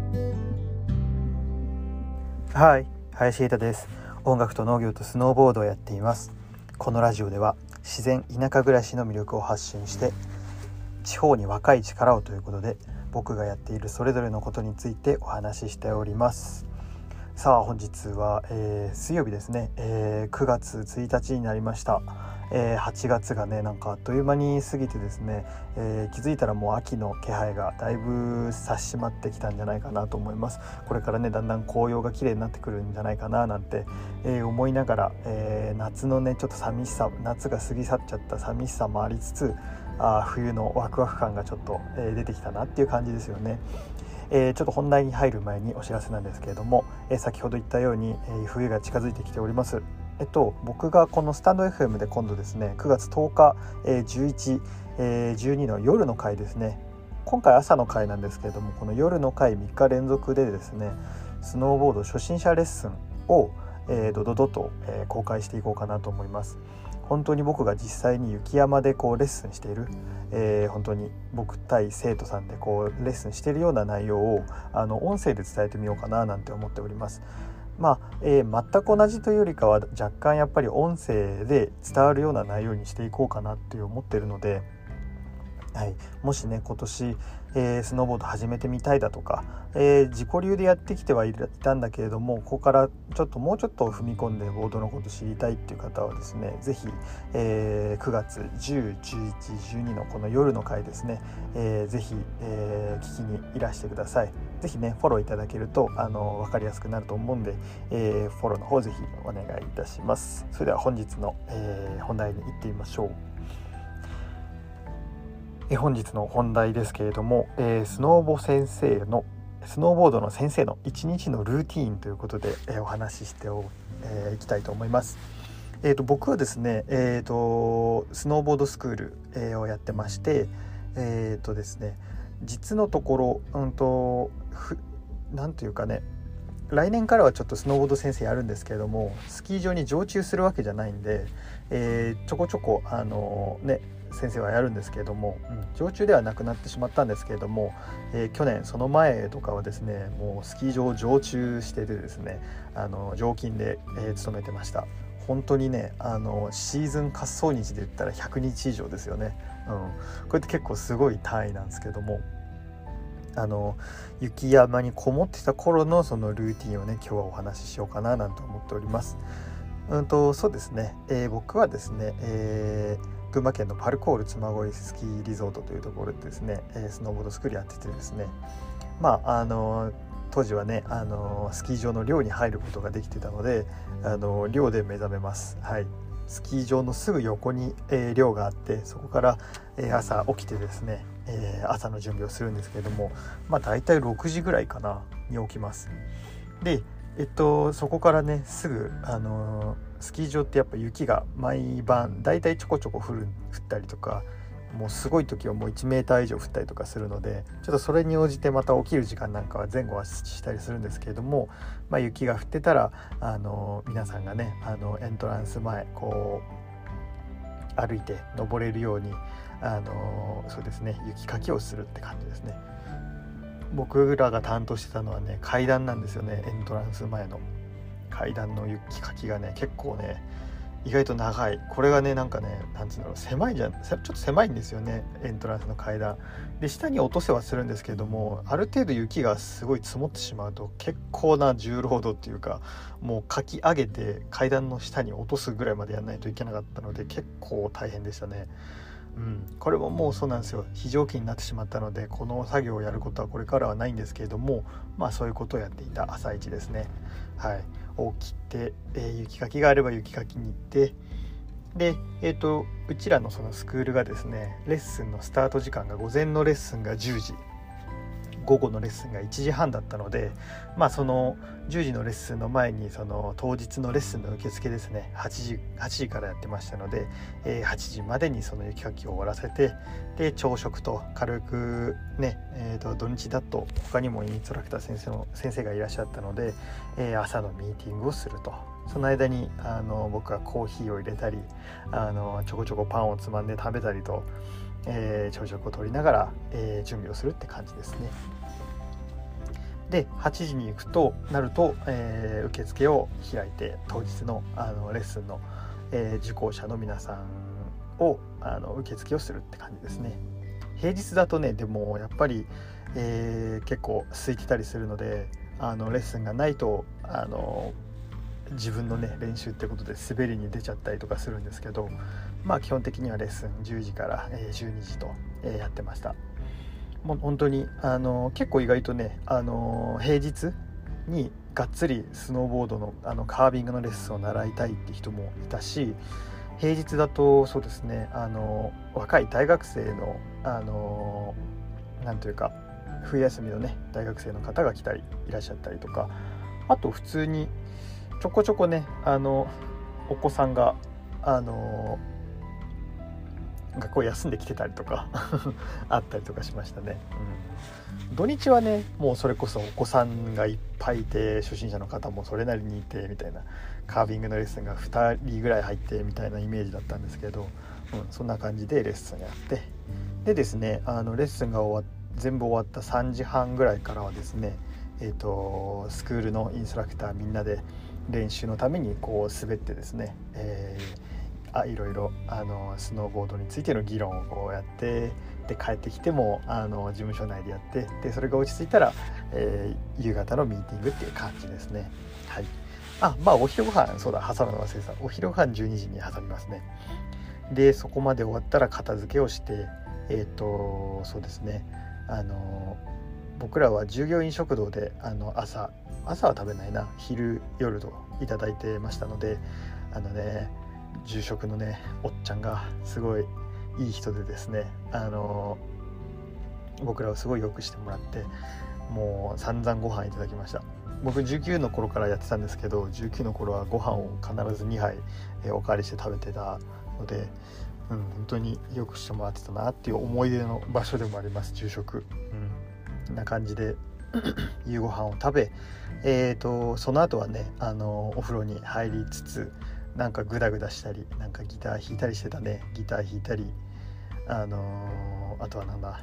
はい、林瑛太です。音楽と農業とスノーボードをやっています。このラジオでは自然田舎暮らしの魅力を発信して地方に若い力をということで僕がやっているそれぞれのことについてお話ししております。さあ本日は、水曜日ですね、9月1日になりました。8月がねなんかあっという間に過ぎてですね、気づいたらもう秋の気配がだいぶ差し迫ってきたんじゃないかなと思います。これからねだんだん紅葉が綺麗になってくるんじゃないかななんて、思いながら、夏のねちょっと寂しさ、夏が過ぎ去っちゃった寂しさもありつつ、冬のワクワク感がちょっと、出てきたなっていう感じですよね。ちょっと本題に入る前にお知らせなんですけれども、先ほど言ったように、冬が近づいてきております。僕がこのスタンド FM で今度ですね9月10日、11、12の夜の回ですね。今回朝の回なんですけれども、この夜の回3日連続でですねスノーボード初心者レッスンを、ドドドと、公開していこうかなと思います。本当に僕が実際に雪山でこうレッスンしている、本当に僕対生徒さんでこうレッスンしているような内容を音声で伝えてみようかななんて思っております。全く同じというよりかは若干やっぱり音声で伝わるような内容にしていこうかなって思っているので、もしね今年、スノーボード始めてみたいだとか、自己流でやってきてはいたんだけれども、ここからもうちょっと踏み込んでボードのこと知りたいっていう方はですねぜひ、9月10、11、12のこの夜の回ですね、ぜひ、聞きにいらしてください。ぜひねフォローいただけると分かりやすくなると思うんで、フォローの方ぜひお願いいたします。それでは本日の、本題に行ってみましょう。本日の本題ですけれども、スノーボードの先生の1日のルーティーンということで、お話ししていきたいと思います。僕はですね、スノーボードスクール、をやってまして、ですね、実のところ、なんというかね、来年からはちょっとスノーボード先生やるんですけれども、スキー場に常駐するわけじゃないんで、ちょこちょこ先生はやるんですけれども、常駐ではなくなってしまったんですけれども、去年その前とかはですねもうスキー場を常駐しててですね常勤で、勤めてました。本当にねシーズン滑走日で言ったら100日以上ですよね。これって結構すごい単位なんですけども、雪山にこもってた頃のそのルーティンをね今日はお話ししようかななんて思っております。そうですね、僕はですね、群馬県のパルコール嬬恋スキーリゾートというところでですね、スノーボードスクールやっててですね、当時はねスキー場の寮に入ることができてたので寮で目覚めます。スキー場のすぐ横に、寮があって、そこから、朝起きてですね、朝の準備をするんですけれども、だいたい6時ぐらいかなに起きます。でそこからねすぐスキー場ってやっぱ雪が毎晩だいたいちょこちょこ降ったりとか、もうすごい時はもう1メーター以上降ったりとかするので、ちょっとそれに応じてまた起きる時間なんかは前後はしたりするんですけれども、雪が降ってたら皆さんがねエントランス前こう歩いて登れるようにそうですね雪かきをするって感じですね。僕らが担当してたのはね階段なんですよね。エントランス前の階段の雪かきがね結構ね意外と長い。これがねなんかねなんつうんだろう、ちょっと狭いんですよねエントランスの階段で。下に落とせはするんですけれども、ある程度雪がすごい積もってしまうと結構な重労働っていうか、もうかき上げて階段の下に落とすぐらいまでやらないといけなかったので結構大変でしたね。これももうそうなんですよ、非常勤になってしまったのでこの作業をやることはこれからはないんですけれども、そういうことをやっていた朝一ですね。起きて、雪かきがあれば雪かきに行って、で、うちらのそのスクールがですねレッスンのスタート時間が午前のレッスンが10時、午後のレッスンが1時半だったので、その10時のレッスンの前にその当日のレッスンの受付ですね8時からやってましたので、8時までにその雪かきを終わらせて、で朝食と軽くね、土日だと他にもインストラクター先生がいらっしゃったので、朝のミーティングをすると。その間に僕はコーヒーを入れたりちょこちょこパンをつまんで食べたりと、朝食をとりながら、準備をするって感じですね。 で8時に行くとなると、受付を開いて当日の、レッスンの、受講者の皆さんを受付をするって感じですね。平日だとねでもやっぱり、結構空いてたりするのでレッスンがないと自分のね練習ってことで滑りに出ちゃったりとかするんですけど、まあ基本的にはレッスン10時から、12時と、やってました。もう本当に結構意外とね平日にがっつりスノーボードのカービングのレッスンを習いたいって人もいたし、平日だとそうですね若い大学生のなんというか冬休みのね大学生の方がいらっしゃったりとか、あと普通にちょこちょこねお子さんが学校休んできてたりとかあったりとかしましたね、土日はねもうそれこそお子さんがいっぱいいて初心者の方もそれなりにいてみたいな、カービングのレッスンが2人ぐらい入ってみたいなイメージだったんですけど、そんな感じでレッスンやって、でですねレッスンが全部終わった3時半ぐらいからはですねスクールのインストラクターみんなで練習のためにこう滑ってですね、いろいろスノーボードについての議論をこうやって、で帰ってきても事務所内でやって、でそれが落ち着いたら、夕方のミーティングっていう感じですね。はい。まあお昼ご飯挟むの忘れてた。お昼ご飯12時に挟みますね。でそこまで終わったら片付けをしてそうですね僕らは従業員食堂で朝は食べないな、昼夜といただいてましたので、住職のねおっちゃんがすごいいい人でですね僕らをすごい良くしてもらって、もう散々ご飯いただきました。僕19の頃からやってたんですけど、19の頃はご飯を必ず2杯おかわりして食べてたので、本当によくしてもらってたなっていう思い出の場所でもあります、住職。こんな感じで夕ご飯を食べ、その後はねお風呂に入りつつなんかグダグダしたり、なんかギター弾いたりしてたね。ギター弾いたりあとはなんだ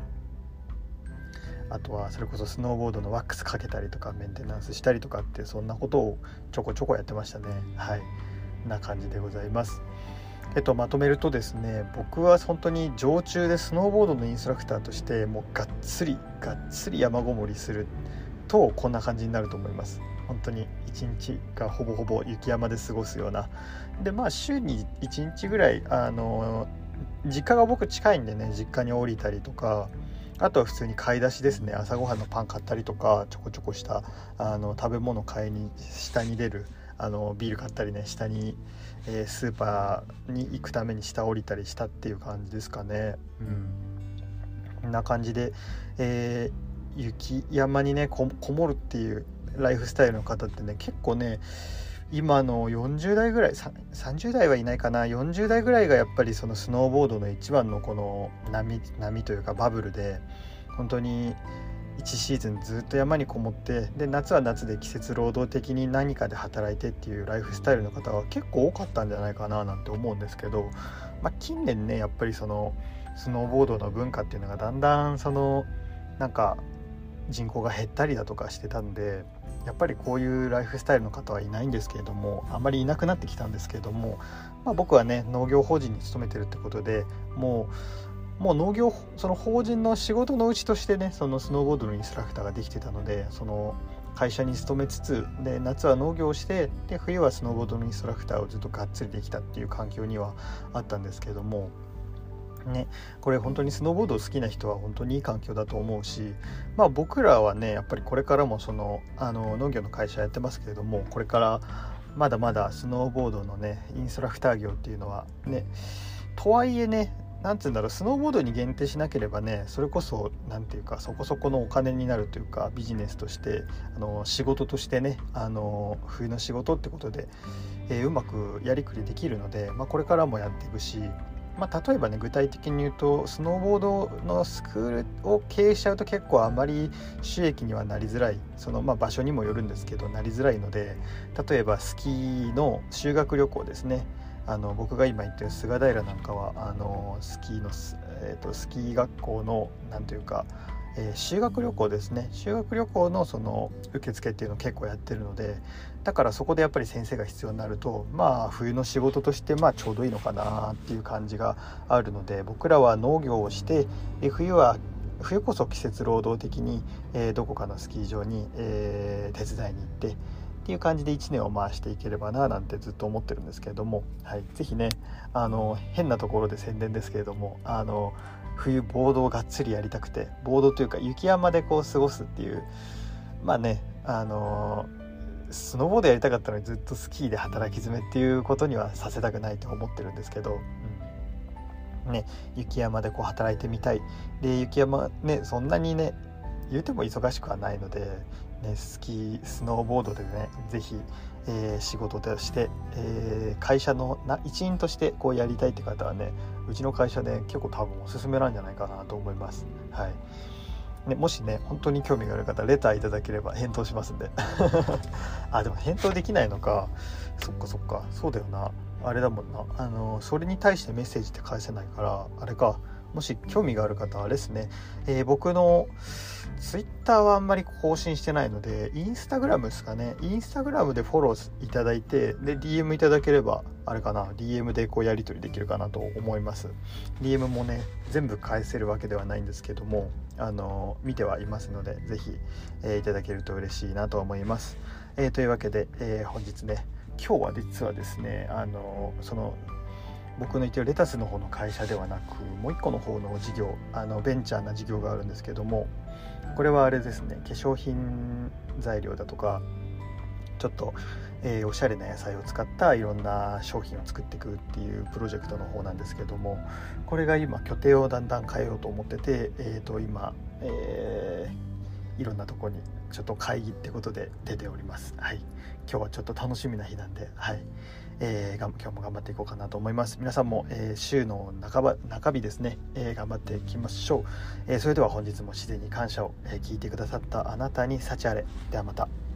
あとはそれこそスノーボードのワックスかけたりとかメンテナンスしたりとかって、そんなことをちょこちょこやってましたね。はい、な感じでございます。まとめるとですね、僕は本当に常駐でスノーボードのインストラクターとしてもうがっつり山ごもりするとこんな感じになると思います。本当に一日がほぼほぼ雪山で過ごすようなで、週に1日ぐらい実家が僕近いんでね、実家に降りたりとか、あとは普通に買い出しですね。朝ごはんのパン買ったりとか、ちょこちょこした食べ物買いに下に出るビール買ったりね、下に、スーパーに行くために下降りたりしたっていう感じですかね。こんな感じで、雪山にねこもるっていうライフスタイルの方ってね、結構ね今の40代ぐらい30代はいないかな、40代ぐらいがやっぱりそのスノーボードの一番のこの波というかバブルで、本当に1シーズンずっと山にこもって、で夏は夏で季節労働的に何かで働いてっていうライフスタイルの方は結構多かったんじゃないかななんて思うんですけど、近年ねやっぱりそのスノーボードの文化っていうのがだんだんそのなんか人口が減ったりだとかしてたんで、やっぱりこういうライフスタイルの方はいないんですけれども、あまりいなくなってきたんですけれども、僕はね農業法人に勤めてるってことで、もう農業その法人の仕事のうちとしてね、そのスノーボードのインストラクターができてたので、その会社に勤めつつで夏は農業をして、で冬はスノーボードのインストラクターをずっとがっつりできたっていう環境にはあったんですけれどもね、これ本当にスノーボードを好きな人は本当にいい環境だと思うし、僕らはねやっぱりこれからもその農業の会社やってますけれども、これからまだまだスノーボードのねインストラクター業っていうのはね、とはいえね、なんていうんだろう、スノーボードに限定しなければね、それこそなんていうかそこそこのお金になるというか、ビジネスとして仕事としてね冬の仕事ってことで、うまくやりくりできるので、これからもやっていくし、例えばね具体的に言うとスノーボードのスクールを経営しちゃうと結構あまり収益にはなりづらい、その場所にもよるんですけどなりづらいので、例えばスキーの修学旅行ですね、僕が今言ってる菅平なんかはスキー学校のなんというか、 修学旅行ですね。修学旅行のその受付っていうのを結構やってるので、だからそこでやっぱり先生が必要になると、まあ冬の仕事としてまあちょうどいいのかなっていう感じがあるので、僕らは農業をして、冬こそ季節労働的に、どこかのスキー場に、手伝いに行ってっていう感じで1年を回していければななんてずっと思ってるんですけれども、はい、ぜひね、変なところで宣伝ですけれども、冬ボードをがっつりやりたくて、ボードというか雪山でこう過ごすっていう、まあね、スノーボードやりたかったのにずっとスキーで働き詰めっていうことにはさせたくないと思ってるんですけど、ね、雪山でこう働いてみたい。で雪山ね、そんなにね言うても忙しくはないので、ね、スノーボードでねぜひ、仕事として、会社の一員としてこうやりたいって方はね、うちの会社で結構多分おすすめなんじゃないかなと思います。はいね、もしね本当に興味がある方レターいただければ返答しますんででも返答できないのか。そっかそうだよな、あれだもんな、それに対してメッセージって返せないから、あれか。もし興味がある方はあれですね、僕のツイッターはあんまり更新してないので、インスタグラムですかね。インスタグラムでフォローいただいて、で DM いただければあれかな、 DM でこうやり取りできるかなと思います。 DM もね全部返せるわけではないんですけども、見てはいますので、ぜひ、いただけると嬉しいなと思います。というわけで、本日ね、今日は実はですね、その僕の言ってるレタスの方の会社ではなく、もう一個の方の事業、ベンチャーな事業があるんですけども、これはあれですね、化粧品材料だとかちょっと、おしゃれな野菜を使ったいろんな商品を作っていくっていうプロジェクトの方なんですけども、これが今拠点をだんだん変えようと思ってて、今、いろんなところにちょっと会議ってことで出ております。はい、今日はちょっと楽しみな日なんで、はい、今日も頑張っていこうかなと思います。皆さんも、週の中日ですね、頑張っていきましょう。それでは本日も自然に感謝を、聞いてくださったあなたに幸あれ。ではまた。